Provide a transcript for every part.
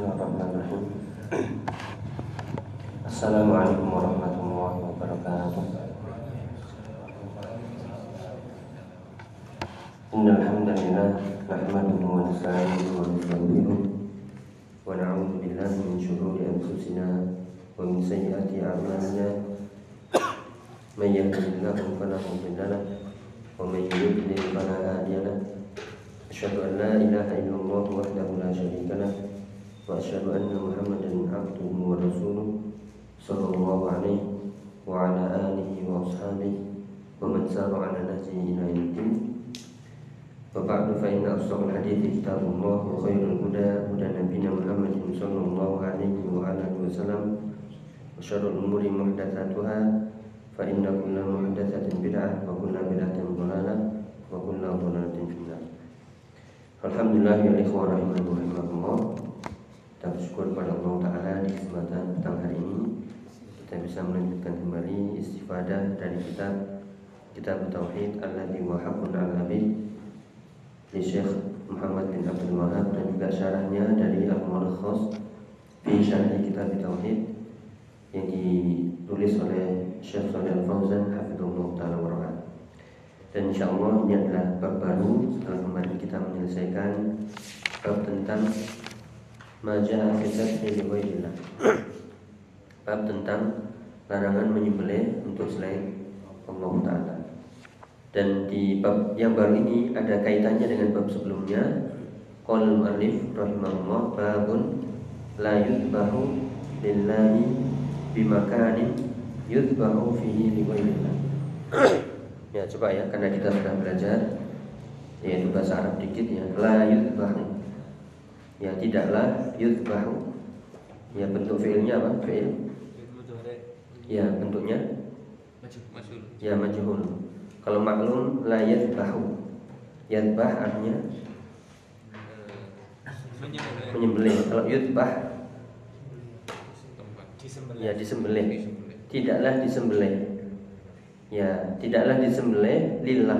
Bismillahirrahmanirrahim. Assalamualaikum warahmatullahi wabarakatuh. Innal hamdalillah nahmaduhu wa nasta'inuhu wa nastaghfiruh wa na'udzu billahi min shururi anfusina wa min sayyiati a'malina. May yahdihillahu fala mudilla lahu wa may yudlil fala hadiya lahu. Asyhadu an la ilaha illallah wahdahu la syarika lahu wa asyhadu anna Muhammadan abduhu wa rasuluh sallallahu alaihi wa ala alihi wa ashabihi wa man sara ala nahjihi ila yaumil. Wa ba'du fa inna asdaqal hadithi kitabullah wa khairul huda huda nabiyyina Muhammadin sallallahu alaihi wa alihi wasallam wa syarrul umuri muhdatsatuha fa inna kulla muhdatsatin bid'ah wa kulla bid'atin dhalalah wa kulla dhalalatin finnar. Alhamdulillah ya ikhwan rahimakumullah. Kita bersyukur pada Allah Ta'ala di kesempatan petang hari ini kita bisa melanjutkan kembali istifadah dari kitab Tauhid alladzi wa haqqun 'al-'abid di Syekh Muhammad bin Abdul Wahhab, dan juga syarahnya dari Al-Mulakhas fi Syarh Kitab Tauhid yang ditulis oleh Syekh Shalih Al-Fauzan hafizahullah ta'ala wa ra'ah. Dan insyaallah ini adalah bab baru setelah kemarin kita menyelesaikan bab tentang Maja'a fi dzabhi li ghairillah. Bab tentang larangan menyembelih untuk selain Allah Ta'ala. Dan di bab yang baru ini ada kaitannya dengan bab sebelumnya. Qala al-mu'allif rahimahullah, babun la yudbahu lillahi bimakanin yudbahu fihi li ghairillah. Ya, coba ya, karena kita sudah belajar yaitu bahasa Arab dikit ya. La yudbahu, ya tidaklah, yudbahu, ya bentuk fiilnya apa? Fiil, ya bentuknya ya majhul. Kalau maklum la yadbahu, yadbah artinya menyembelih. Kalau yudbah ya disembelih. Tidaklah disembelih, ya tidaklah disembelih lillah,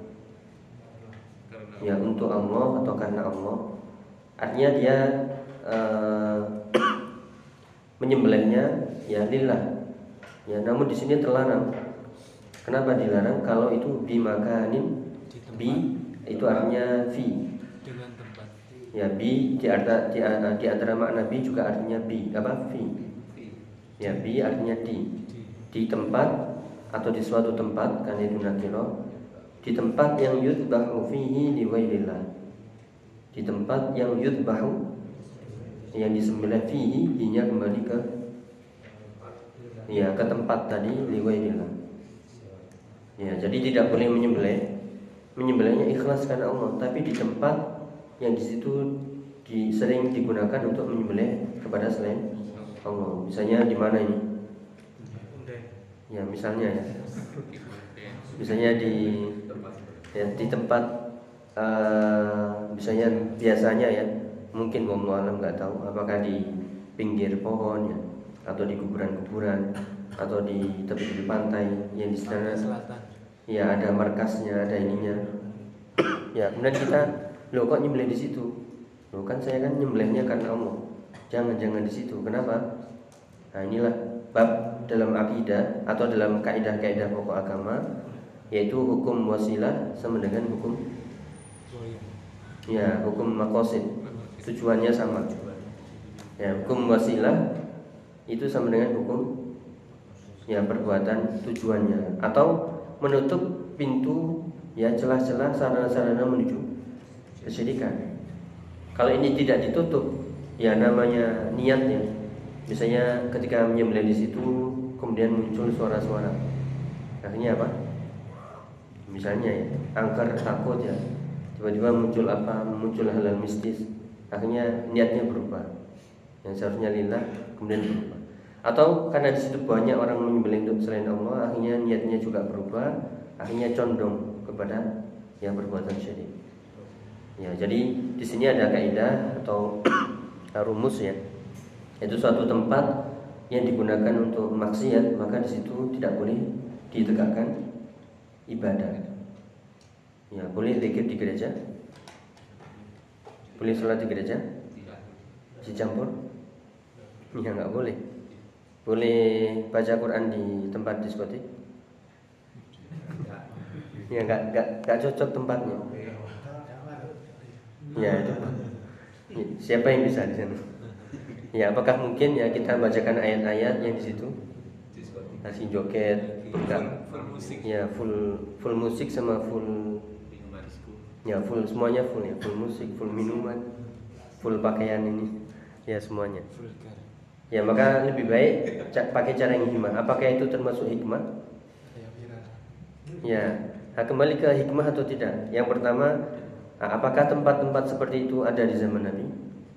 ya untuk Allah atau karena Allah. Artinya dia menyembelihnya ya lillah. Ya, namun di sini terlarang. Kenapa dilarang? Kalau itu bi makanin, bi itu artinya fi. Ya, bi di antara makna bi juga artinya bi apa? Fi. Ya, bi artinya di tempat atau di suatu tempat, kan itu nakirah. Di tempat yang yudbahu fihi li ghairillah. Di tempat yang yudbahu, yang disembelih fihi, dinya kembali ke ya ke tempat tadi li ghairillah. Ya, jadi tidak boleh menyembelihnya ikhlas karena Allah, tapi di tempat yang di situ sering digunakan untuk menyembelih kepada selain Allah. Misalnya di mana ini? Ya, misalnya ya. Misalnya di tempat misalnya biasanya ya, mungkin wallahu alam nggak tahu apakah di pinggir pohon ya, atau di kuburan-kuburan, atau di tepi pantai yang di sana ya ada markasnya, ada ininya. Ya, kemudian kita, loh kok nyembelih di situ? Loh kan saya kan nyembelihnya karena Allah. Jangan di situ. Kenapa? Nah, inilah bab dalam akidah atau dalam kaidah-kaidah pokok agama, yaitu hukum wasilah sama dengan hukum ya hukum maqasid, tujuannya sama. Ya, hukum wasilah itu sama dengan hukum ya perbuatan tujuannya, atau menutup pintu ya celah-celah sarana-sarana menuju kesyirikan. Kalau ini tidak ditutup, ya namanya niatnya. Misalnya ketika menyembelih di situ kemudian muncul suara-suara, akhirnya apa? Misalnya ya, angker takut ya, tiba-tiba muncul hal-hal mistis, akhirnya niatnya berubah. Yang seharusnya lillah kemudian berubah. Atau karena di situ banyak orang menyembelih untuk selain Allah, akhirnya niatnya juga berubah, akhirnya condong kepada yang perbuatan syirik. Ya, jadi di sini ada kaidah atau rumus ya. Itu suatu tempat yang digunakan untuk maksiat, maka di situ tidak boleh ditegakkan ibadah. Ya, boleh zikir di gereja? Boleh sholat di gereja? dicampur? Ya nggak boleh. Boleh baca Quran di tempat diskotik? Ya nggak cocok tempatnya. Ya itu. Siapa yang bisa di sana? Ya apakah mungkin ya kita bacakan ayat-ayat yang di situ? Kasih joget, full musik. Ya full musik sama full. Ya full semuanya full ya, full musik, full minuman, full pakaian ini. Ya semuanya. Ya maka lebih baik pakai cara yang hikmah. Apakah itu termasuk hikmah? Ya, kembali ke hikmah atau tidak. Yang pertama, apakah tempat-tempat seperti itu ada di zaman Nabi?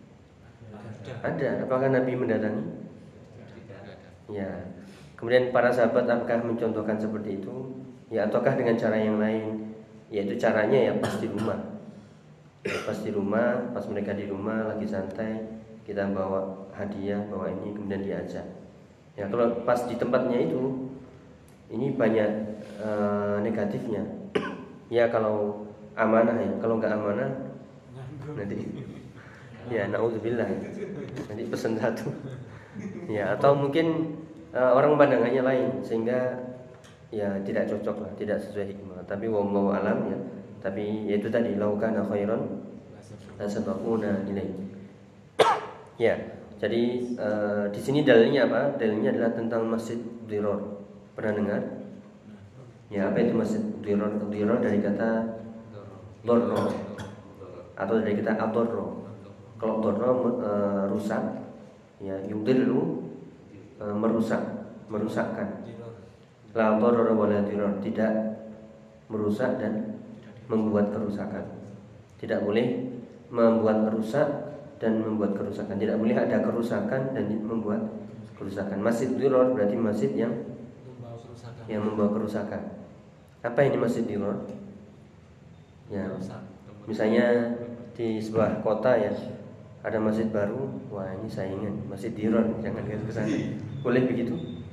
Ada. Apakah Nabi mendatangi? Ya. Kemudian para sahabat apakah mencontohkan seperti itu? Ya, ataukah dengan cara yang lain? Yaitu caranya ya pas di rumah. Ya, pas di rumah, pas mereka di rumah lagi santai, kita bawa hadiah, bawa ini, kemudian diajak. Ya, kalau pas di tempatnya itu, ini banyak negatifnya. Ya kalau amanah ya, kalau nggak amanah nanti ya naudzubillah nanti pesen satu. Ya atau mungkin orang pandangannya lain sehingga ya tidak cocok lah, tidak sesuai hikmah. Tapi wallahu alam ya. Tapi yaitu tadi laukana khairan lasabaquna ilaihi. Ya, jadi di sini dalilnya apa? Dalilnya adalah tentang Masjid Dirar. Pernah dengar? Ya, apa itu Masjid Dirar? Dirar dari kata dorro atau dari kata adorro. Kalau dorro rusak, ya yudirru merusakkan. La dorro wala dirar, tidak merusak dan membuat kerusakan. Tidak boleh membuat rusak dan membuat kerusakan. Tidak boleh ada kerusakan dan membuat kerusakan. Masjid Dirar berarti masjid yang membawa kerusakan. Apa ini Masjid Dirar? Ya, misalnya di sebuah kota ya ada masjid baru, wah ini saingan Masjid Dirar, jangan ke sana. Boleh begitu?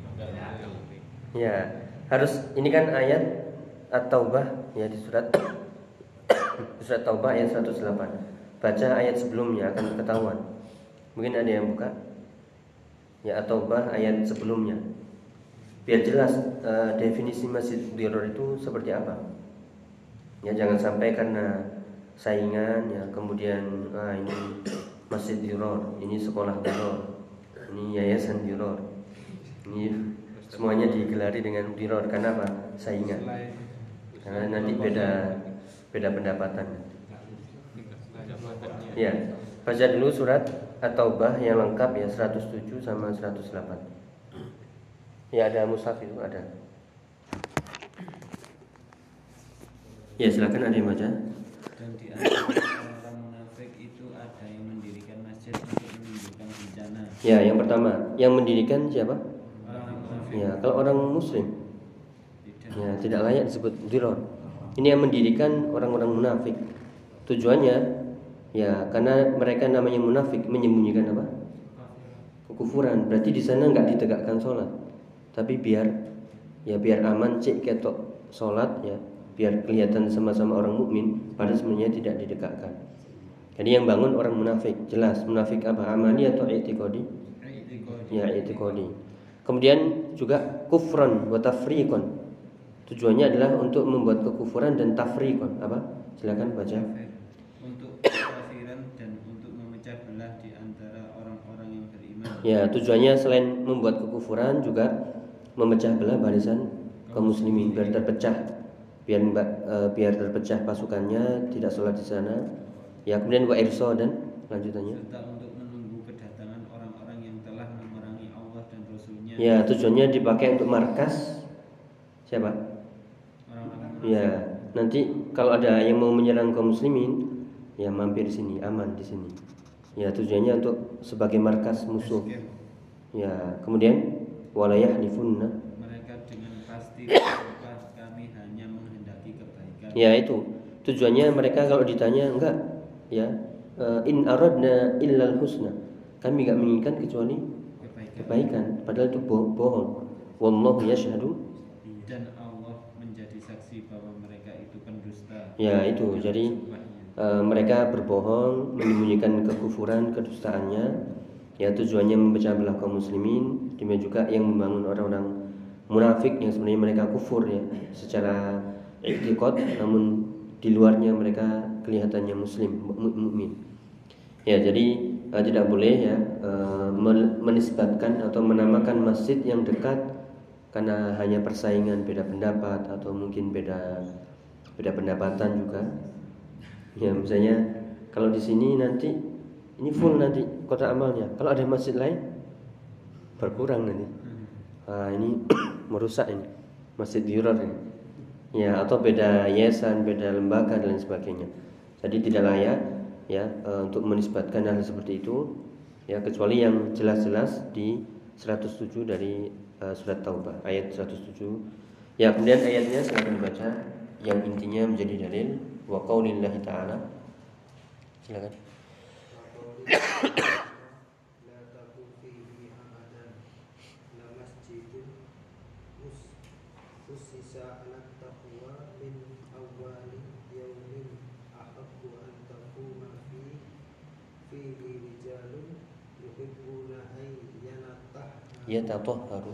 Ya, harus ini kan ayat At-Taubah ya di surat Taubah ayat 108. Baca ayat sebelumnya akan ketahuan. Mungkin ada yang buka. Ya At-Taubah ayat sebelumnya. Biar jelas definisi Masjid Dirar itu seperti apa. Ya jangan sampai karena saingan ya kemudian ini Masjid Dirar, ini sekolah Dirar, ini yayasan Dirar. Ini semuanya digelari dengan Dirar karena apa? Saingan. Karena nanti beda pendapatan. Ya, baca dulu surat At-Taubah yang lengkap ya 107 sama 108. Ya ada mushaf itu ada. Ya silakan ada yang baca. Dan di antara orang munafik itu ada yang mendirikan masjid untuk menimbulkan bencana. Ya yang pertama, yang mendirikan siapa? Orang munafik. Ya kalau orang muslim ya tidak layak disebut dirar. Ini yang mendirikan orang-orang munafik. Tujuannya ya karena mereka namanya munafik, menyembunyikan apa? Kekufuran. Berarti di sana nggak ditegakkan sholat. Tapi biar aman cek ketok sholat ya, biar kelihatan sama-sama orang mukmin, padahal sebenarnya tidak ditegakkan. Jadi yang bangun orang munafik, jelas munafik apa? Amali atau i'tiqadi? Ya i'tiqadi. Kemudian juga kufran wa tafriqan. Tujuannya adalah untuk membuat kekufuran dan tafriqan. Apa? Silakan baca. Untuk kafiran dan untuk memecah belah di antara orang-orang yang beriman. Ya, tujuannya selain membuat kekufuran juga memecah belah barisan kaum muslimin biar terpecah. Biar terpecah pasukannya, tidak sholat di sana. Ya, kemudian wa irsa dan lanjutannya. Serta untuk menunggu kedatangan orang-orang yang telah memerangi Allah dan Rasulnya. Ya, tujuannya dipakai untuk markas siapa? Orang-orang Ya, nanti kalau ada yang mau menyerang kaum muslimin, ya mampir sini, aman di sini. Ya, tujuannya untuk sebagai markas musuh. Ya, kemudian walayahlifuna. mereka dengan pasti bersumpah kami hanya menghendaki kebaikan. Ya, itu. Tujuannya mereka kalau ditanya enggak, ya, in aradna illal husna. Kami enggak menginginkan kecuali kebaikan, padahal itu bohong. Wallahu yashhadu. Dan Allah menjadi saksi bahwa mereka itu pendusta. Ya, itu. Jadi mereka berbohong, menyembunyikan kekufuran, kedustaannya, ya tujuannya memecah belah kaum muslimin. Demikian juga yang membangun orang-orang munafik yang sebenarnya mereka kufur ya secara i'tiqad, namun di luarnya mereka kelihatannya muslim, mukmin. Ya, jadi tidak boleh ya menisbatkan atau menamakan masjid yang dekat karena hanya persaingan beda pendapat atau mungkin beda pendapatan juga. Ya, misalnya kalau di sini nanti ini full nanti kota amalnya, kalau ada masjid lain berkurang nanti. Ini merusak ini masjid dirar ini. Ya, atau beda yayasan, beda lembaga dan lain sebagainya. Jadi tidak layak ya untuk menisbatkan hal seperti itu ya, kecuali yang jelas-jelas di 107 dari surat Taubah ayat 107. Ya, kemudian ayatnya silakan dibaca yang intinya menjadi dalil wa qaulillahi ta'ala. Silakan. La taqum fihi abadan la masjidun ussisa 'ala taqwa min awwali yawmin ahaqqu an taquma fihi rijalun yuhibbuna an Yatatahharu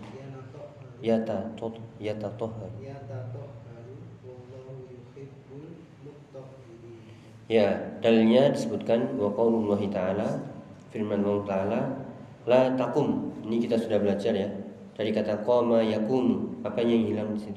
wallahu yuhibbul muttaqin. Ya, dalilnya disebutkan wa qaulullahi ta'ala, firman Allah Ta'ala, la takum. Ini kita sudah belajar ya. Dari kata qama yakum, apa yang hilang di situ?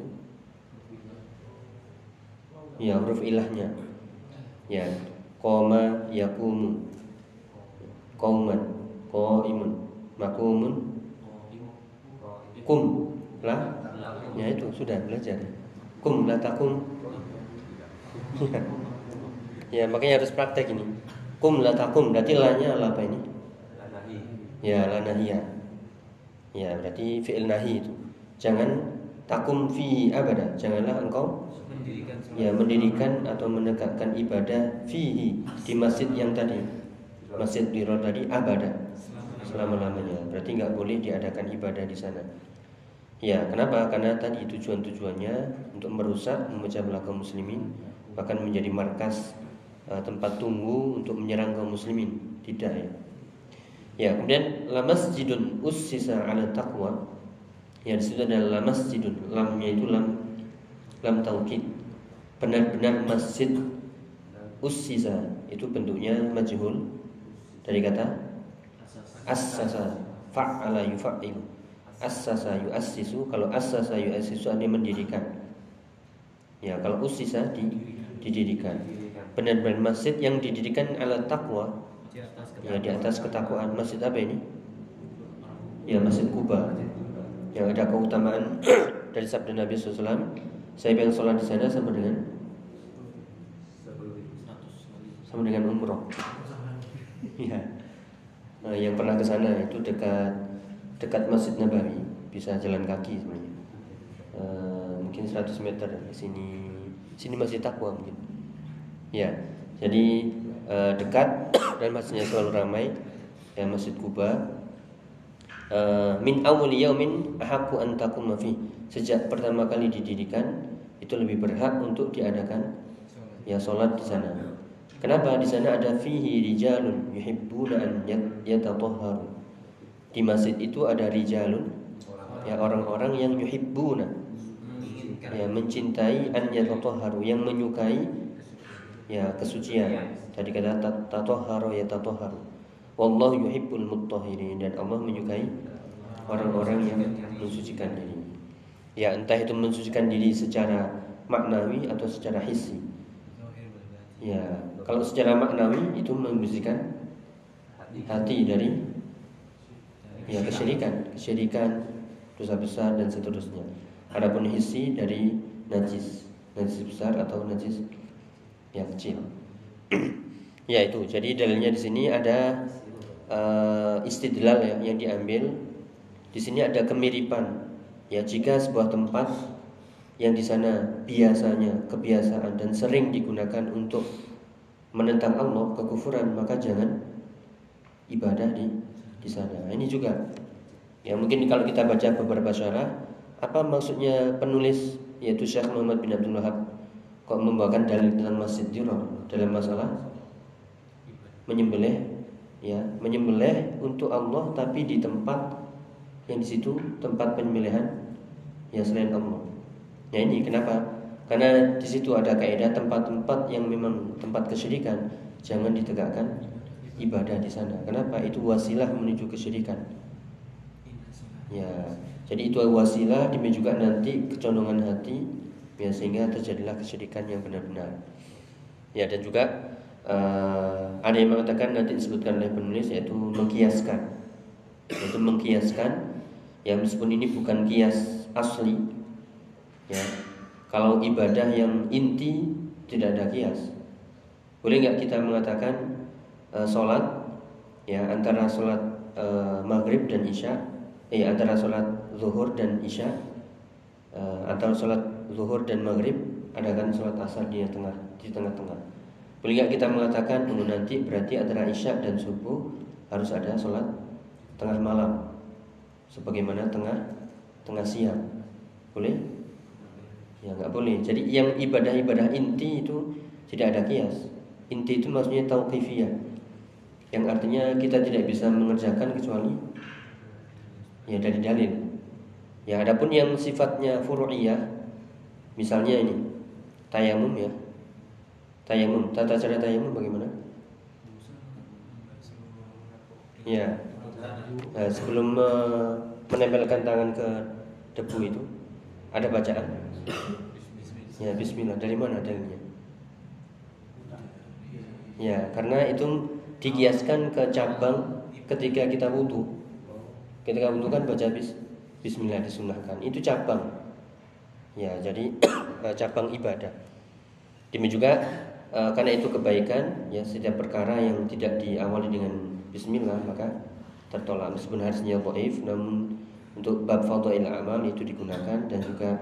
Ya, huruf ilahnya. Ya, qama yakum. Qauman, qaimun, makumun, kum, la. Ya itu sudah belajar. Kum la takum. Ya, makanya harus praktek ini. Kum la takum, berarti la-nya apa ini? Ya, la nahiyah. Ya, berarti fi'il nahi itu. Jangan takum fi abada. Janganlah engkau mendirikan atau menegakkan ibadah fihi, di masjid yang tadi. Masjid Dirar tadi abada, selama-lamanya. Berarti enggak boleh diadakan ibadah di sana. Ya, kenapa? Karena tadi tujuannya untuk merusak, memecah belah kaum muslimin, bahkan menjadi markas tempat tunggu untuk menyerang kaum muslimin. Tidak ya. Ya, kemudian la masjidun ussisa 'ala taqwa. Ya, di situ ada la masjidun, lamnya itu lam taukid. Benar-benar masjid ussisa itu bentuknya majhul dari kata assasa, fa'ala yufa'il. Assasa yu'assisu, kalau assasa yu'assisu artinya mendirikan. Ya, kalau ussisa didirikan. Benar-benar masjid yang didirikan ala taqwa, ya di atas ketakwaan. Masjid apa ini? Ya, Masjid Kuba, yang ada keutamaan dari sabda Nabi SAW, saya yang sholat di sana sama dengan umroh. Ya, yang pernah ke sana itu dekat Masjid Nabawi, bisa jalan kaki sebenarnya. Mungkin 100 meter di sini masih takwa mungkin. Ya, jadi dekat dan masjidnya selalu ramai. Ya, Masjid Kuba. Min awwali yaumin ahaqqu an taquma fi. Sejak pertama kali didirikan itu lebih berhak untuk diadakan ya salat di sana. Kenapa? Di sana ada fihi rijalun yuhibbuna an yatatahharu. Di masjid itu ada rijalun, ya orang-orang yang yuhibbuna, ya mencintai an yatatahharu, yang menyukai ya kesucian. Tadi kata tatahharu yatatahharu. Wallahu yuhibbul mutahhirin, dan Allah menyukai orang-orang yang mensucikan diri. Ya, entah itu mensucikan diri secara maknawi atau secara hissi. Ya, kalau secara maknawi itu membersihkan hati dari ya kesyirikan, dosa besar dan seterusnya. Adapun hissi dari najis besar atau najis yang kecil. Ya itu. Jadi dalilnya di sini ada istidlal ya, yang diambil. Di sini ada kemiripan. Ya, jika sebuah tempat yang di sana biasanya kebiasaan dan sering digunakan untuk menentang Allah, kekufuran, maka jangan ibadah di sana. Ini juga ya, mungkin kalau kita baca beberapa syarah, apa maksudnya penulis yaitu Syekh Muhammad bin Abdul Wahab kok membawakan dalil tentang Masjid Dirar dalam masalah menyembelih, ya, menyembelih untuk Allah tapi di tempat yang di situ tempat penyembelihan ya selain Allah. Ya ini kenapa? Karena di situ ada kaidah tempat-tempat yang memang tempat kesyirikan jangan ditegakkan ibadah di sana. Kenapa? Itu wasilah menuju kesyirikan. Ya, jadi itu wasilah demi juga nanti kecondongan hati, ya, sehingga terjadilah kesyirikan yang benar-benar. Ya, dan juga ada yang mengatakan nanti disebutkan oleh penulis yaitu mengkiaskan, ya meskipun ini bukan kias asli, ya. Kalau ibadah yang inti tidak ada kias, boleh nggak kita mengatakan sholat, ya, antara sholat maghrib dan isya, antara sholat zuhur dan isya, antara sholat zuhur dan maghrib adakan sholat asar di tengah-tengah. Boleh nggak kita mengatakan nanti berarti antara isya dan subuh harus ada sholat tengah malam, sebagaimana tengah siang? Boleh? Ya nggak boleh. Jadi yang ibadah-ibadah inti itu tidak ada kias. Inti itu maksudnya tauqifiyah, yang artinya kita tidak bisa mengerjakan kecuali ya dari dalil. Ya, adapun yang sifatnya furu'iyah, misalnya ini tayamum, ya. Tayamum, tata cara tayamum bagaimana? Ya. Nah, sebelum menempelkan tangan ke debu itu ada bacaan. Ya, bismillah. Dari mana dalilnya? Ya, karena itu dikiaskan ke cabang ketika kita wudu. Ketika wudu kan baca bismillah disunahkan. Itu cabang. Ya, jadi cabang ibadah. Demi juga karena itu kebaikan, ya, setiap perkara yang tidak diawali dengan bismillah maka tertolak. Meskipun hadisnya dhaif, namun untuk bab fadhail amal itu digunakan dan juga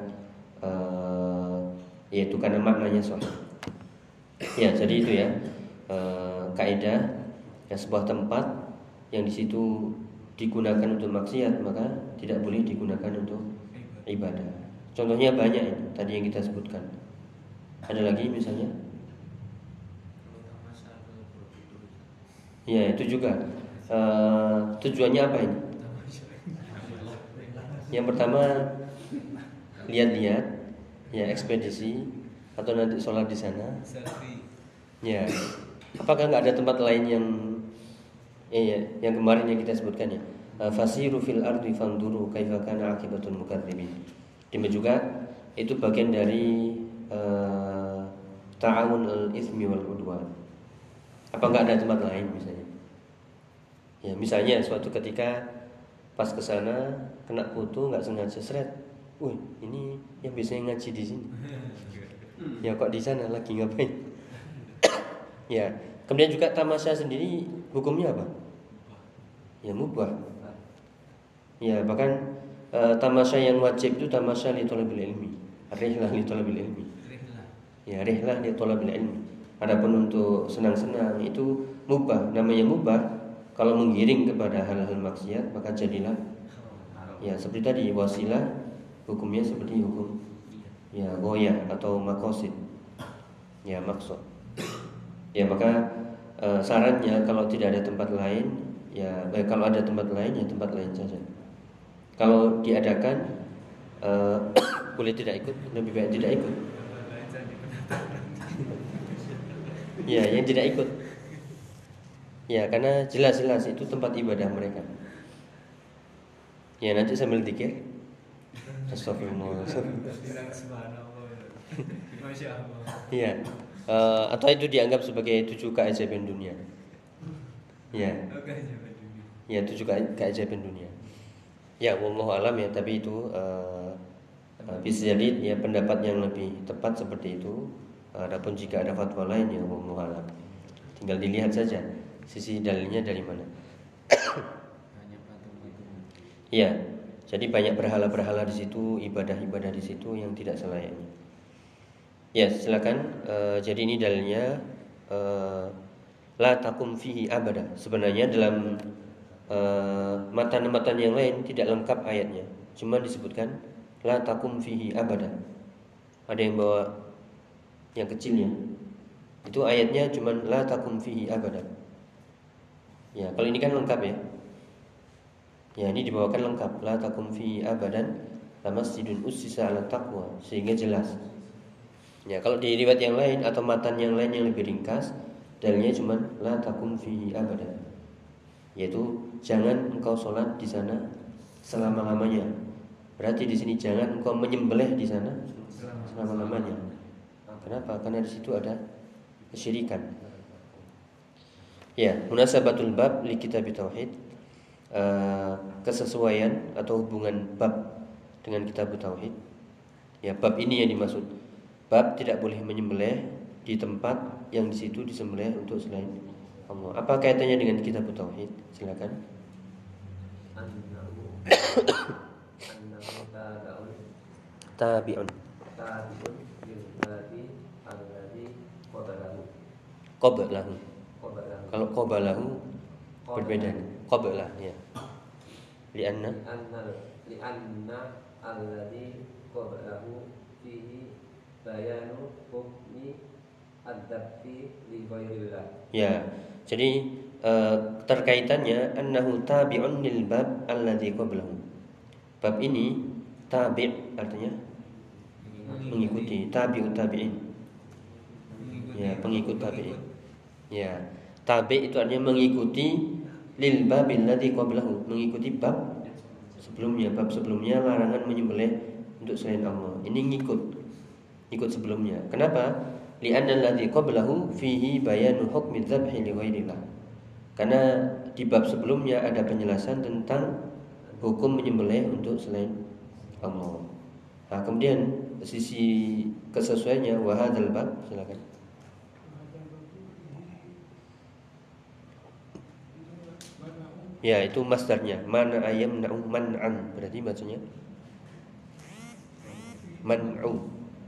yaitu karena maknanya sahih. Ya, jadi itu ya kaidah, ya, sebuah tempat yang di situ digunakan untuk maksiat maka tidak boleh digunakan untuk ibadah. Contohnya banyak ini tadi yang kita sebutkan. Ada lagi misalnya? Ya, itu juga tujuannya apa ini? Yang pertama lihat-lihat, ya, ekspedisi atau nanti sholat di sana. Ya, apakah nggak ada tempat lain yang kemarin yang kita sebutkan, ya? Fasiru fil ardi fanduru kaifa kana akibatul mukadzibin. Demi juga itu bagian dari ta'awun al-itsmi wal udwan. Apa nggak ada tempat lain misalnya? Ya, misalnya suatu ketika pas ke sana kena foto nggak sengaja seret. Wih, ini yang biasanya ngaji di sini. Ya, kok di sana lagi ngapain? Ya, kemudian juga tamasya sendiri hukumnya apa? Ya, mubah. Ya, bahkan tamasya yang wajib itu tamasya li thalabil ilmi. Rihlah li thalabil ilmi. Ya, rihlah li thalabil ilmi. Adapun untuk senang-senang itu mubah. Namanya mubah kalau menggiring kepada hal-hal maksiat maka jadilah, ya, seperti tadi wasilah hukumnya seperti hukum, ya, ghoyah atau maqasid, ya, maksud. Ya, maka syaratnya kalau tidak ada tempat lain, ya, kalau ada tempat lain ya tempat lain saja. Kalau diadakan boleh tidak ikut, lebih baik tidak ikut. Ya, yang tidak ikut. Ya, karena jelas-jelas itu tempat ibadah mereka. Ya, nanti sambil zikir. Astagfirullah. Ya, atau itu dianggap sebagai 7 keajaiban dunia. Ya. Ya, 7 keajaiban dunia. Ya, wallahu alam, ya, tapi itu bisa jadi, ya, pendapat yang lebih tepat seperti itu. Adapun jika ada fatwa lain, ya, wallahu alam. Tinggal dilihat saja sisi dalilnya dari mana. Ya, jadi banyak berhala-berhala di situ, ibadah-ibadah di situ yang tidak selayaknya. Ya, silakan. Jadi ini dalilnya la takum fihi abada. Sebenarnya dalam matan-matan yang lain tidak lengkap ayatnya, cuma disebutkan la takum fihi abada. Ada yang bawa yang kecilnya. Itu ayatnya cuman la takum fihi abadan. Ya, kalau ini kan lengkap ya. Ya, ini dibawakan lengkap. La takum fihi abadan la masjidun ussisa 'ala taqwa, sehingga jelas. Ya, kalau di riwayat yang lain atau matan yang lain yang lebih ringkas, dalilnya cuman la takum fihi abadan. Yaitu jangan engkau sholat di sana selama-lamanya. Berarti di sini jangan engkau menyembelih di sana selama-lamanya. Kenapa? Karena di situ ada kesyirikan. Ya, munasabatul bab li kitab tauhid, kesesuaian atau hubungan bab dengan kitab tauhid. Ya, bab ini yang dimaksud. Bab tidak boleh menyembelih di tempat yang di situ disembelih untuk selain Allah. Apa kaitannya dengan kitab tauhid? Silakan. Tabi'un. Qablahu. Kalau qablahu berbeda. Qablah ya. Lianna alladhi qablahu fihi bayanu hukmi ad-dabti li ghairillah. Ya. Jadi terkaitannya annahu tabi'un lil bab alladhi qablahu. Bab ini tabi' artinya mengikuti, tabi'ut tabi'in. Ya, pengikut tabi'in. Ya, tabi' itu artinya mengikuti lil babil ladzi qablahu, mengikuti bab sebelumnya. Bab sebelumnya larangan menyembelih untuk selain Allah. Ini ikut sebelumnya. Kenapa? Li'anna alladzi qablahu fihi bayanu hukmi dzabhi li ghairillah. Karena di bab sebelumnya ada penjelasan tentang hukum menyembelih untuk selain Allah. Nah, kemudian sisi kesesuaiannya wa hadzal bab, silakan. Ya, itu masdarnya. Mana ayam na'u man'an. Berarti maksudnya man'u.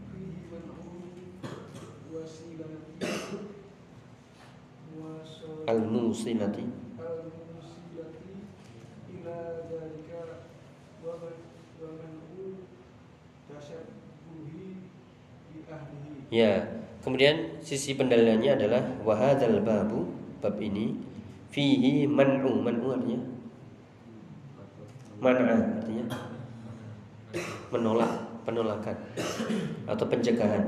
Al-musilati. ila dzalika wa man'u tashabbuhi bi ahlihi. Ya, kemudian sisi pendalilannya adalah wa hadzal babu, bab ini fihi man'u artinya man'a, artinya penolakan atau pencegahan.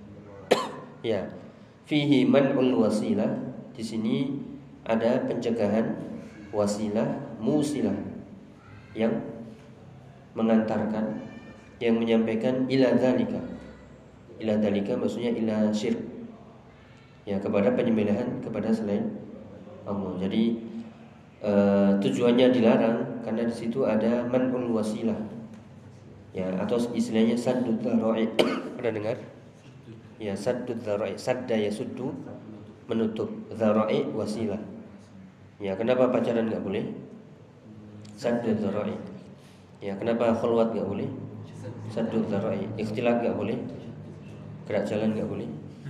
Ya, fihi man'ul wasilah, di sini ada pencegahan wasilah musilah yang mengantarkan, yang menyampaikan ila dzalika. Ila dzalika maksudnya ila syirk. Ya, kepada penyembelihan kepada selain Allah. Jadi tujuannya dilarang karena di situ ada man'ul wasilah. Ya, atau istilahnya saddud dzara'i. Pernah dengar? Ya, saddud dzara'i. Sadda yasuddu, menutup, dzara'i wasilah. Ya, kenapa pacaran enggak boleh? Saddud dzara'i. Ya, kenapa khulwat enggak boleh? Saddud dzara'i. Ikhtilat enggak boleh? Gerak jalan enggak boleh?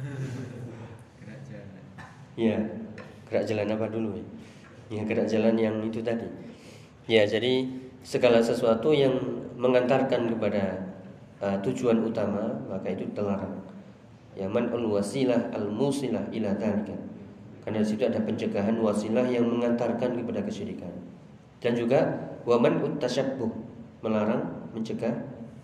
Gerak jalan. Ya. Gerak jalan apa dulu ya? Ya, gerak jalan yang itu tadi. Ya, jadi segala sesuatu yang mengantarkan kepada tujuan utama, maka itu terlarang. Ya, man'ul wasilah al-musilah ila dzalika. Karena di situ ada pencegahan wasilah yang mengantarkan kepada kesyirikan. Dan juga wa man'ut tasyabbuh, melarang, mencegah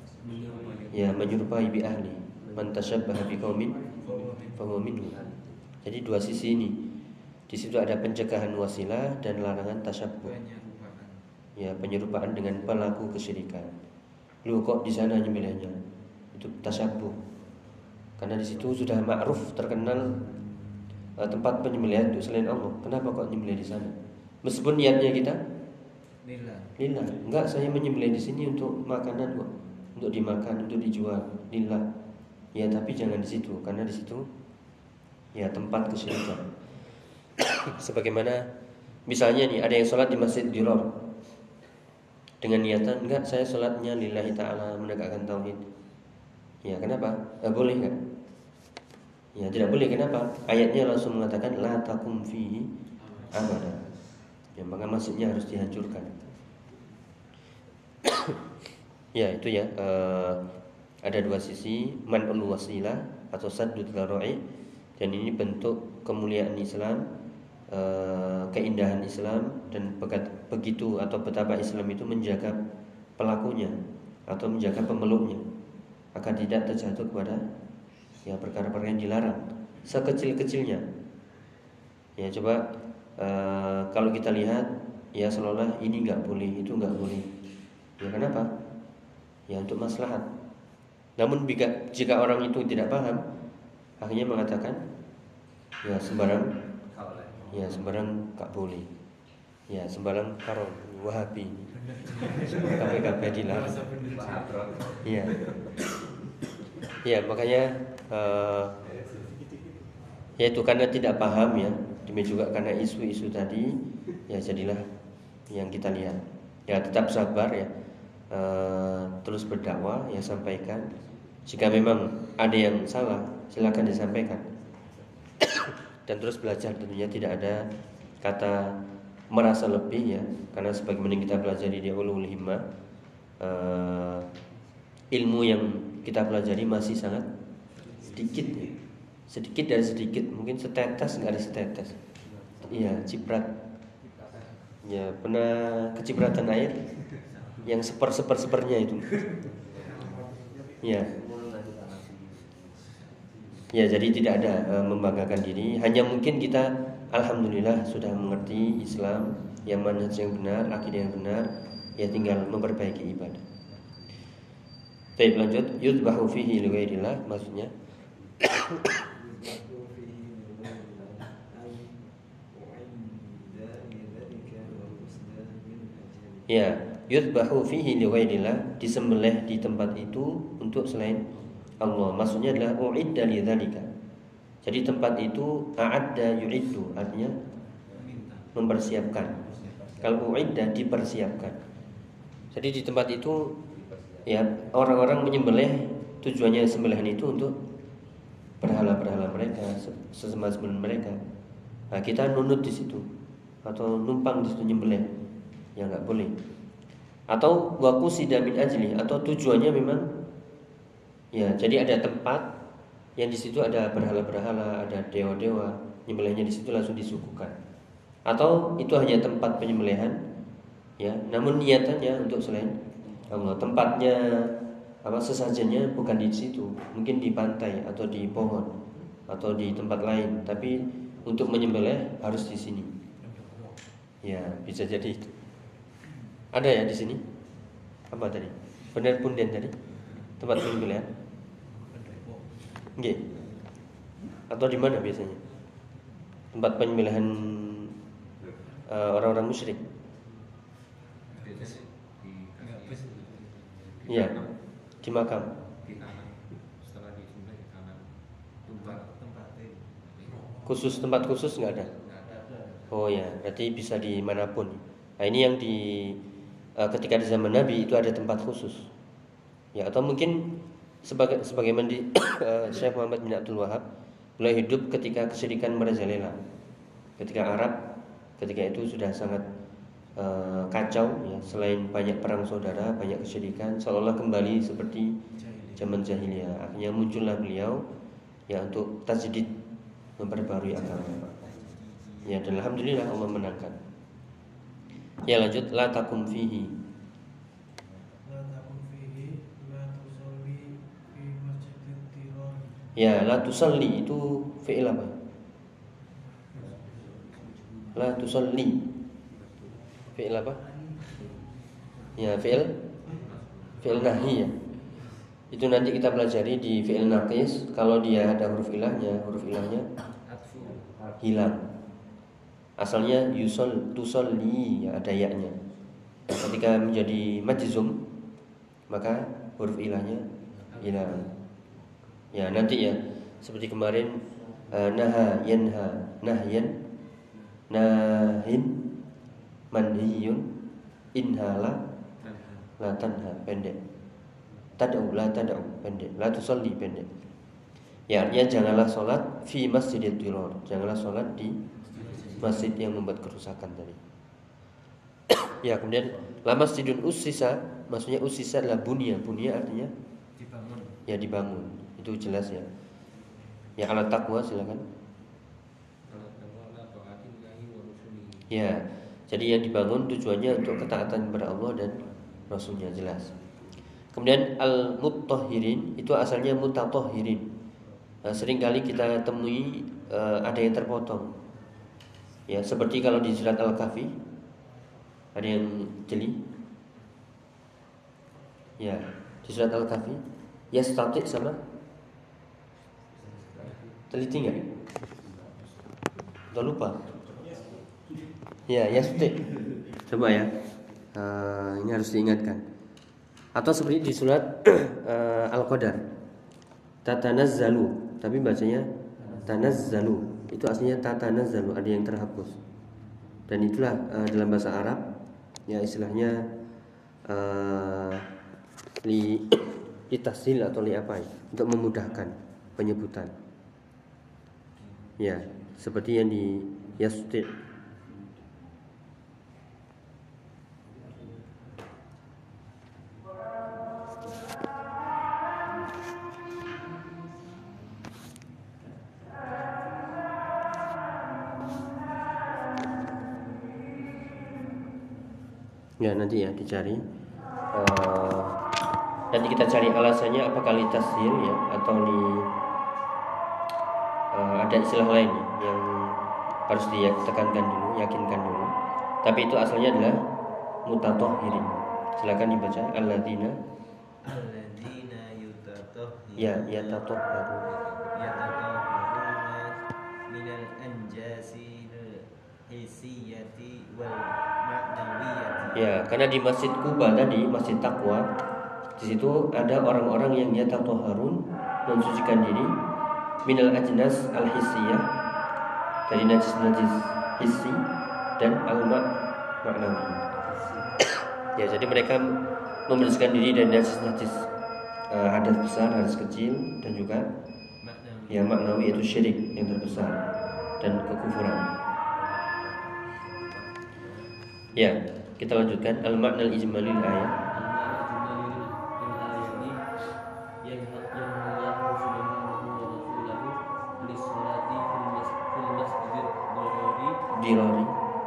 ya menyerupai bi ahli. Man tasyabbaha biqaumin fahuwa minhum. Jadi dua sisi ini. Di situ ada pencegahan wasilah dan larangan tasyabbuh. Ya, penyerupaan dengan pelaku kesyirikan. Lu kok di sana nyembelihnya? Itu tasyabbuh. Karena di situ sudah ma'ruf, terkenal tempat penyembelihan itu selain Allah. Kenapa kok nyembelih di sana? Meskipun niatnya kita lillah. Enggak, saya menyembelih di sini untuk makanan kok. Untuk dimakan, untuk dijual lillah. Ya, tapi jangan di situ, karena di situ ya tempat kesyirikan. Sebagaimana misalnya nih, ada yang sholat di masjid Dirar dengan niatan enggak, saya sholatnya lillahi ta'ala, menegakkan tauhid. Ya, kenapa? Boleh enggak? Ya, tidak boleh. Kenapa? Ayatnya langsung mengatakan la takum fihi abada. Ya, maka masjidnya harus dihancurkan. Ya, itu ya. Ada dua sisi, man'ul wasilah atau saddud dzara'i, dan ini bentuk kemuliaan Islam, keindahan Islam, dan begitu atau betapa Islam itu menjaga pelakunya atau menjaga pemeluknya agar tidak terjatuh kepada ya perkara-perkara yang dilarang sekecil-kecilnya. Ya coba kalau kita lihat ya seolah ini nggak boleh, itu nggak boleh. Ya kenapa? Ya untuk maslahat. Namun jika orang itu tidak paham, akhirnya mengatakan ya sembarang nggak boleh. Ya sembarang haram, Wahabi, KPKP dilarang. Iya. Ya makanya ya itu karena tidak paham ya, demikian juga karena isu-isu tadi ya jadilah yang kita lihat. Ya tetap sabar ya, terus berdakwah ya, sampaikan. Jika memang ada yang salah silakan disampaikan. Dan terus belajar, tentunya tidak ada kata merasa lebih ya, karena sebagaimana kita pelajari di ulul himmah, ilmu yang kita pelajari masih sangat sedikit ya. Sedikit dari sedikit, mungkin setetes, nggak ada setetes. Iya, ciprat. Ya, pernah kecipratan air yang sepernya itu. Ya. Ya, jadi tidak ada membanggakan diri. Hanya mungkin kita alhamdulillah sudah mengerti Islam, yang manhaj yang benar, akidah yang benar. Ya tinggal memperbaiki ibadah. Baik, lanjut. Yudbahu fihi li ghairillah, maksudnya ya, yudbahu fihi li ghairillah, disembelih di tempat itu untuk selain Allah. Maksudnya adalah u'idda li dzalika. Jadi tempat itu a'adda yu'iddu, artinya mempersiapkan. Kalau u'idda dipersiapkan. Jadi di tempat itu ya orang-orang menyembelih, tujuannya sembelihan itu untuk berhala-berhala mereka, sesembah-sembah mereka. Nah, kita nunut di situ atau numpang di situ nyembelih. Ya enggak boleh. Atau waqusida min ajli, atau tujuannya memang ya, jadi ada tempat yang di situ ada berhala-berhala, ada dewa-dewa, nyembelihnya di situ langsung disuguhkan. Atau itu hanya tempat penyembelihan, ya, namun niatannya untuk selain Allah. Tempatnya sesajennya bukan di situ, mungkin di pantai atau di pohon atau di tempat lain, tapi untuk menyembelih harus di sini. Ya, bisa jadi itu. Ada ya di sini? Apa tadi? Benar punden tadi? Tempat penyembelihan? Nggih. Atau di mana biasanya? Tempat penyembelihan orang-orang musyrik. Iya, di makam. Di kanan. Setelah disembelih di kanan. Tempat Khusus, tempat khusus nggak ada? Oh ya, berarti bisa dimanapun. Nah ini yang ketika di zaman Nabi itu ada tempat khusus. Ya, atau mungkin sebagaimana di Syekh Muhammad bin Abdul Wahab, beliau hidup ketika kesyirikan merajalela. Ketika Arab ketika itu sudah sangat kacau ya, selain banyak perang saudara, banyak kesyirikan, seolah kembali seperti zaman jahiliyah. Akhirnya muncullah beliau ya untuk tajdid, memperbarui agama. Ya, dan alhamdulillah Allah menangkan. Ya, lanjut. La takum fihi. Ya, la tusalli itu fi'il apa? La tusalli fi'il apa? Ya, fi'il nahi ya. Itu nanti kita pelajari di fi'il naqis. Kalau dia ada huruf ilahnya hilang. Asalnya tusalli ya, ada ya-nya. Ketika menjadi majzum maka huruf ilahnya hilang. Ya, nanti ya seperti kemarin naha yanha nahyan nahin manhiyun inhala la tanha pendek, tad'u la tad'u pendek, la tusalli pendek. Ya, artinya janganlah sholat fi masjidil dirar, janganlah sholat di masjid yang membuat kerusakan tadi. Ya, kemudian la masjidun ussisa, maksudnya ussisa adalah bunya artinya dibangun. Ya, dibangun. Itu jelas ya. Ya, ala taqwa silakan. Ya, jadi yang dibangun tujuannya untuk ketaatan kepada Allah dan Rasulnya, jelas. Kemudian al-muttahhirin itu asalnya mutatahhirin. Seringkali kita temui ada yang terpotong. Ya, seperti kalau di surat Al-Kahfi, ada yang jeli? Ya, di surat Al-Kahfi, yastati sama teliti nggak? Udah lupa? Ya, yastati. Coba ya. Ini harus diingatkan. Atau seperti di surat Al-Qadar, tatanazzalu, tapi bacanya tanazzalu. Itu aslinya tatanazzalu, ada yang terhapus. Dan itulah dalam bahasa Arab, ya istilahnya li tahsil atau li apa ya, untuk memudahkan penyebutan. Ya, seperti yang di yasti. Ya, nanti ya dicari. Nanti kita cari alasannya apakah li tasdil ya atau li ada istilah lain ya, yang harus ditekankan dulu, yakinkan dulu. Tapi itu asalnya adalah mutatahhirin. Silakan dibaca alladzina yutatahhirun. Ya, yatatahharun. Minal anjasil hisiyati wal ma'nawiyati. Ya, karena di Masjid Quba tadi, Masjid Taqwa, di situ ada orang-orang yang yatatahharun, mensucikan diri minal ajnas al-hissiyah, dari najis-najis hissi dan al-ma'nawi. Ya, jadi mereka membersihkan diri dari najis-najis hadas besar, hadas kecil, dan juga yang maknawi, yaitu syirik yang terbesar dan kekufuran. Ya, kita lanjutkan al-makna al-ijmalil ayat. Dirori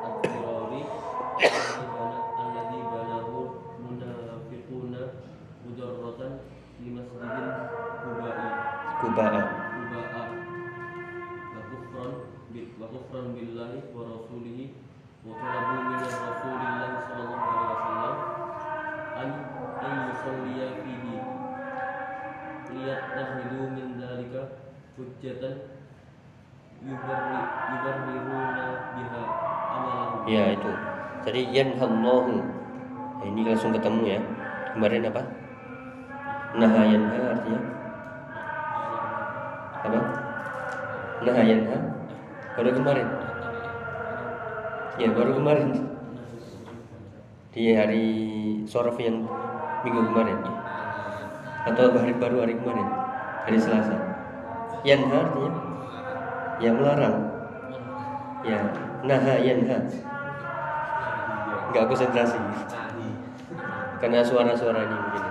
alladzi banahu munafiquna mujarratan li masjidin Kuba'a. wa kufran billahi wa rasulihi wa talabu min rasulillahi sallallahu alaihi wasallam an yusalliya fihi liyatahidu min dzalika hujjatan yubarriruna biha amalahu. Ya, itu. Jadi yanhallahu. Nah, ini langsung ketemu ya. Kemarin apa? Naha yanha artinya apa? Naha yanha. Baru kemarin. Ya, baru kemarin. Di hari Shorof yang minggu kemarin. Atau hari baru hari kemarin. Hari Selasa. Yanha artinya yang melarang. Ya, naha yanha. Enggak konsentrasi karena suara-suara ini begini.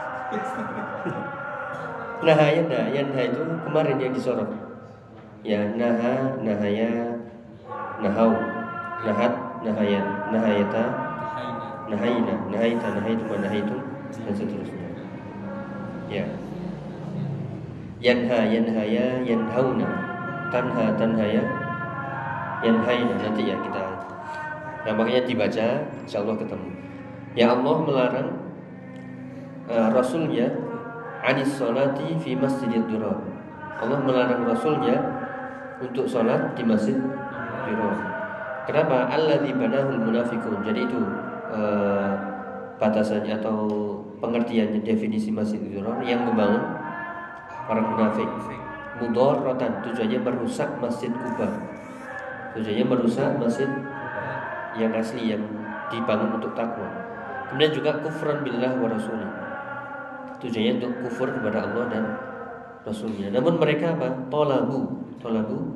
Naha yanha itu kemarin yang disorot. Ya, naha, nahaya, nahau, nahat, nahayan, nahayata, nahaina, nahaita, nahaitu, nahaitu, dan seterusnya. Ya. Yanha, yanhaya, yanhauna, tanha, tanhaya, yanhaina. Nanti ya kita. Nah, makanya dibaca, insyaallah ketemu. Ya, Allah melarang Rasulnya anis sholati fi masjidid dirar. Allah melarang Rasulnya untuk sholat di masjid dirar. Kenapa? Alladzi banahul munafiqun. Jadi itu batasannya atau pengertiannya, definisi masjid dirar, yang membangun para munafik. Mudarratan, tujuannya merusak Masjid Quba. Tujuannya merusak masjid yang asli yang dibangun untuk takwa. Kemudian juga kufran billah wa rasulih. Tujuannya untuk kufur kepada Allah dan Rasulnya. Namun mereka apa? Tolabu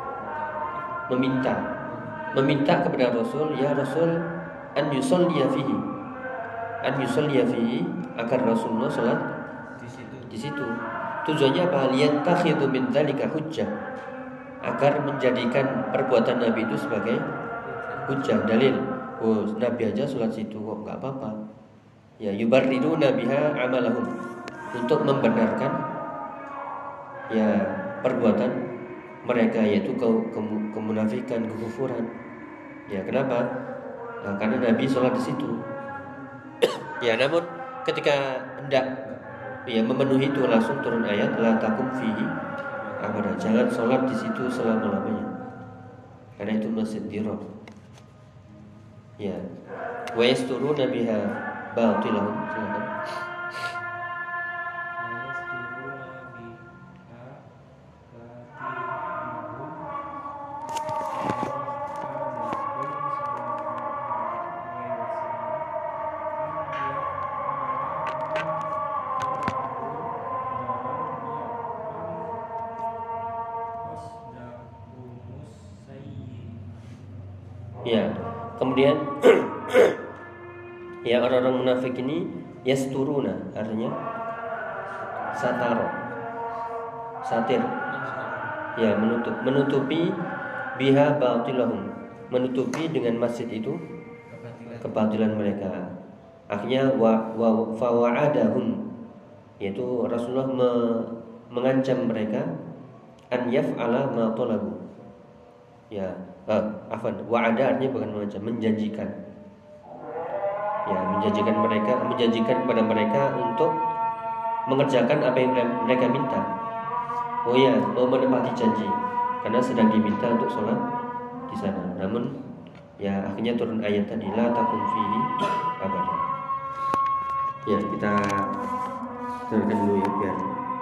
meminta kepada Rasul, ya Rasul, an yusalliya fihi, agar Rasulullah salat di situ. Tujuannya apa? Liyattakhidhu min dzalika hujjah, agar menjadikan perbuatan Nabi itu sebagai hujjah, dalil. Oh, Nabi aja sholat situ kok nggak apa-apa. Ya, yubarriruna biha amalahum, untuk membenarkan ya perbuatan mereka, yaitu kemunafikan, kekufuran. Ya, kenapa? Nah, karena Nabi sholat di situ. Ya, namun ketika hendak ya memenuhi itu, langsung turun ayat la takum fihi abada, jangan sholat di situ selama-lamanya, karena itu masjid dirar. Ya, wa yasturuna biha batilahum. Silakan. Ya, kemudian ya orang-orang munafik ini yasturuna, artinya sataro, satir. Ya, menutupi biha batilahum, menutupi dengan masjid itu kebatilan mereka. Akhirnya fawa'adahum, yaitu Rasulullah mengancam mereka an yaf'ala ma talabu. Ya, wa'ada artinya bukan mengancam, menjanjikan. Ya, menjanjikan kepada mereka untuk mengerjakan apa yang mereka minta. Oh ya, mau menepati janji, karena sedang diminta untuk sholat di sana. Namun ya akhirnya turun ayat tadi la takum fihi abada. Ya, kita dengarkan dulu ya biar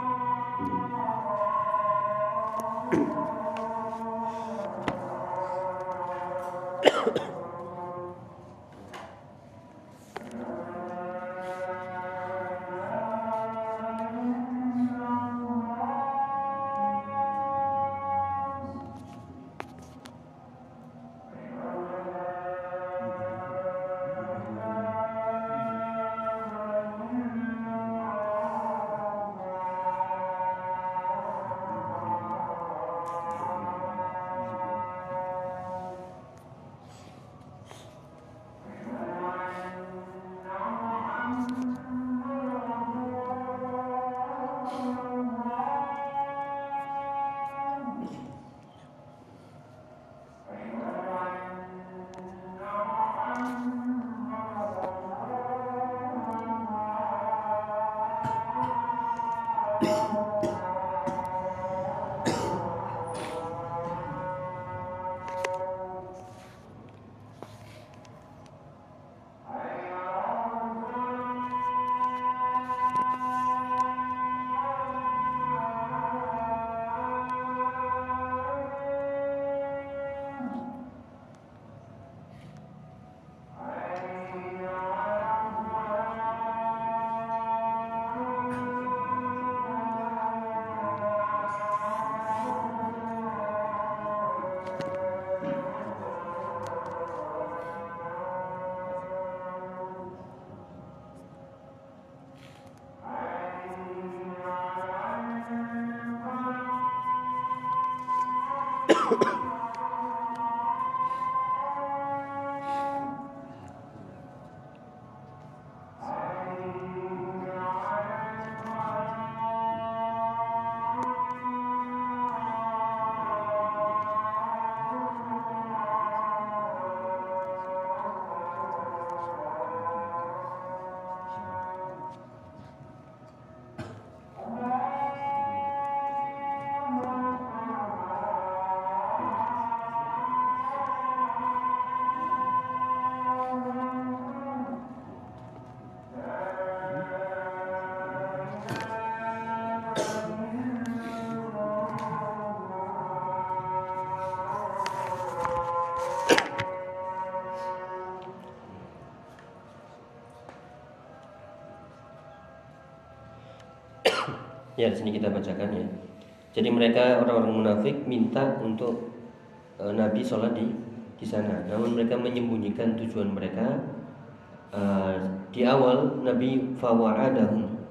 ya di sini kita bacakan ya. Jadi mereka orang-orang munafik minta untuk Nabi sholat di sana. Namun mereka menyembunyikan tujuan mereka. Di awal Nabi fawa'adahum,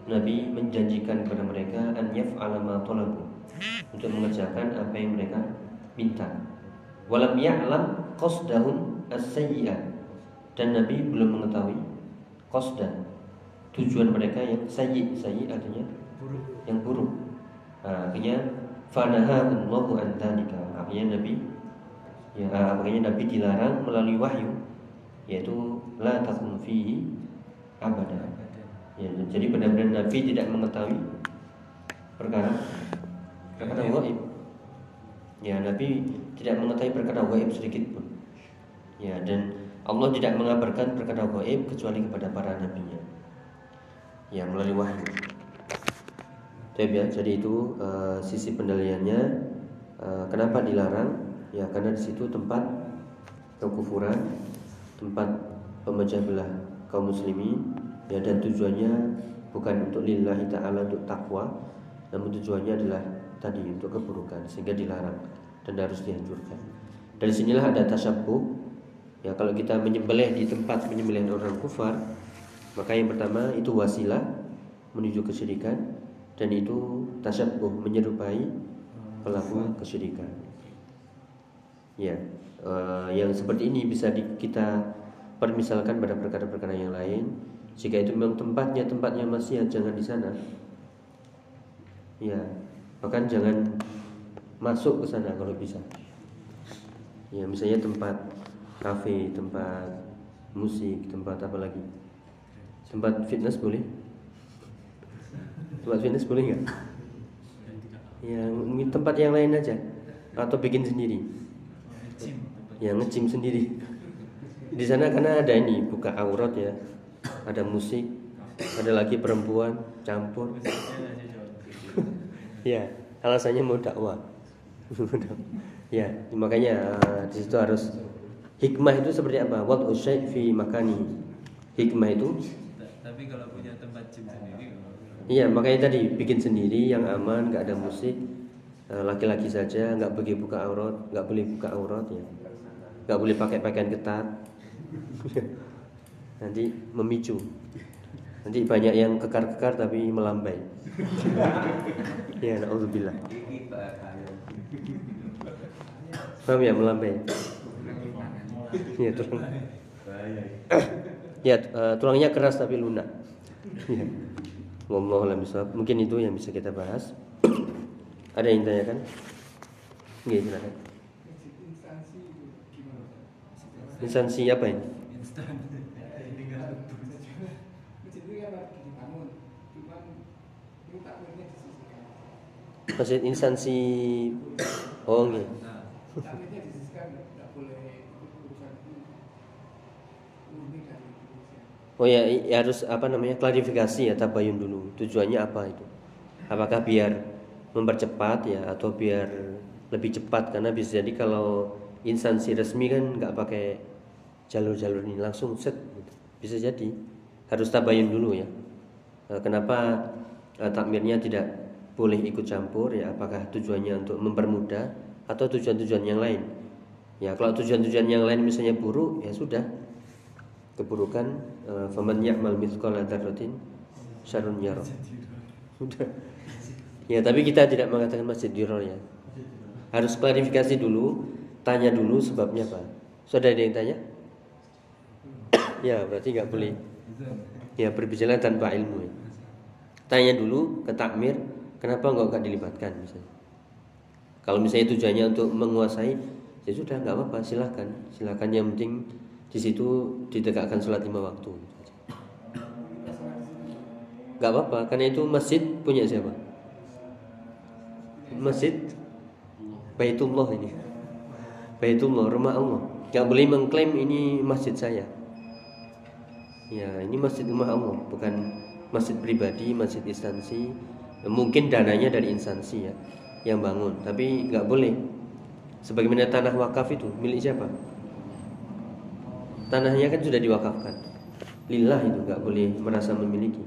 Nabi menjanjikan kepada mereka an yaf'ala ma talabu, untuk mengerjakan apa yang mereka minta. Walam ya'lam qasdahum as-sayyi'ah, dan Nabi belum mengetahui qasdah, tujuan mereka yang sayyi artinya yang buruk. Artinya fanahahullahu an dzalika, artinya Nabi dilarang melalui wahyu, yaitu la takun fihi abada. Ya, jadi benar-benar Nabi tidak mengetahui perkara gaib. Ya, Nabi tidak mengetahui perkara gaib sedikit pun. Ya, dan Allah tidak mengabarkan perkara gaib kecuali kepada para nabinya. Ya, melalui wahyu. Jadi itu sisi pendalilannya. Kenapa dilarang? Ya, karena di situ tempat kekufuran, tempat pemecah belah kaum muslimin. Ya, dan tujuannya bukan untuk lillahi ta'ala, untuk takwa, namun tujuannya adalah tadi untuk keburukan, sehingga dilarang dan harus dihancurkan. Dari sinilah ada tasyabbuh. Ya, kalau kita menyembelih di tempat menyembelih orang kufar, maka yang pertama itu wasilah menuju kesyirikan, dan itu tasyabbuh, menyerupai pelaku kesyirikan. Ya, yang seperti ini bisa kita permisalkan pada perkara-perkara yang lain. Jika itu memang tempatnya maksiat, jangan di sana. Ya, bahkan jangan masuk ke sana kalau bisa. Ya, misalnya tempat kafe, tempat musik, tempat apa lagi? Tempat fitness boleh? Tempat fitness boleh nggak? Ya, tempat yang lain aja, atau bikin sendiri. Ya, nge-gym sendiri. Di sana karena ada ini buka aurat ya, ada musik, ada lagi perempuan campur. Ya, alasannya mau dakwah. Ya, makanya di situ harus hikmah itu seperti apa? Wad'u syai' fi makani. Hikmah itu. Tapi kalau punya tempat gym sendiri. Iya, makanya tadi bikin sendiri yang aman, nggak ada musik, laki-laki saja, nggak boleh buka aurat, ya, nggak boleh pakai pakaian ketat. Nanti memicu. Nanti banyak yang kekar-kekar tapi melambai. Ya, na'udzubillah. Paham ya, melambai. Ya, tulangnya keras tapi lunak. Ya. Wallahu a'lam bishawab. Mungkin itu yang bisa kita bahas. Ada yang tanyakan? Nggih, silakan. Instansi apa ini? Maksud instansi nggih. Oh ya, harus klarifikasi ya, tabayun dulu. Tujuannya apa itu? Apakah biar mempercepat ya, atau biar lebih cepat? Karena bisa jadi kalau instansi resmi kan nggak pakai jalur-jalur ini, langsung set gitu. Bisa jadi harus tabayun dulu ya. Kenapa takmirnya tidak boleh ikut campur ya? Apakah tujuannya untuk mempermudah atau tujuan-tujuan yang lain? Ya, kalau tujuan-tujuan yang lain misalnya buruk, ya sudah, keburukan. Faman ya'mal mithqala dzarratin syarrun yarah. Sudah. Ya, tapi kita tidak mengatakan masjid diror ya. Harus klarifikasi dulu, tanya dulu sebabnya apa. Sudah ada yang tanya? Ya, berarti nggak boleh. Ya, berbicara tanpa ilmu ya. Tanya dulu ke takmir, kenapa nggak dilibatkan misalnya. Kalau misalnya tujuannya untuk menguasai, ya sudah, nggak apa-apa, silakan. Yang penting di situ ditegakkan sholat 5 waktu. Nggak apa-apa, karena itu masjid punya siapa? Masjid Baitullah ini. Baitullah, rumah Allah. Nggak boleh mengklaim ini masjid saya. Ya, ini masjid rumah Allah, bukan masjid pribadi, masjid instansi. Mungkin dananya dari instansi ya yang bangun, tapi nggak boleh. Sebagaimana tanah wakaf itu milik siapa? Tanahnya kan sudah diwakafkan, lillah, itu nggak boleh merasa memiliki.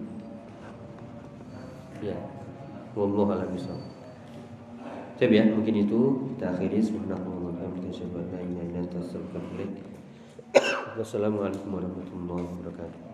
Ya, wallahu a'lam bishawab. Tapi ya, mungkin itu kita akhiri. Wassalamualaikum warahmatullahi wabarakatuh.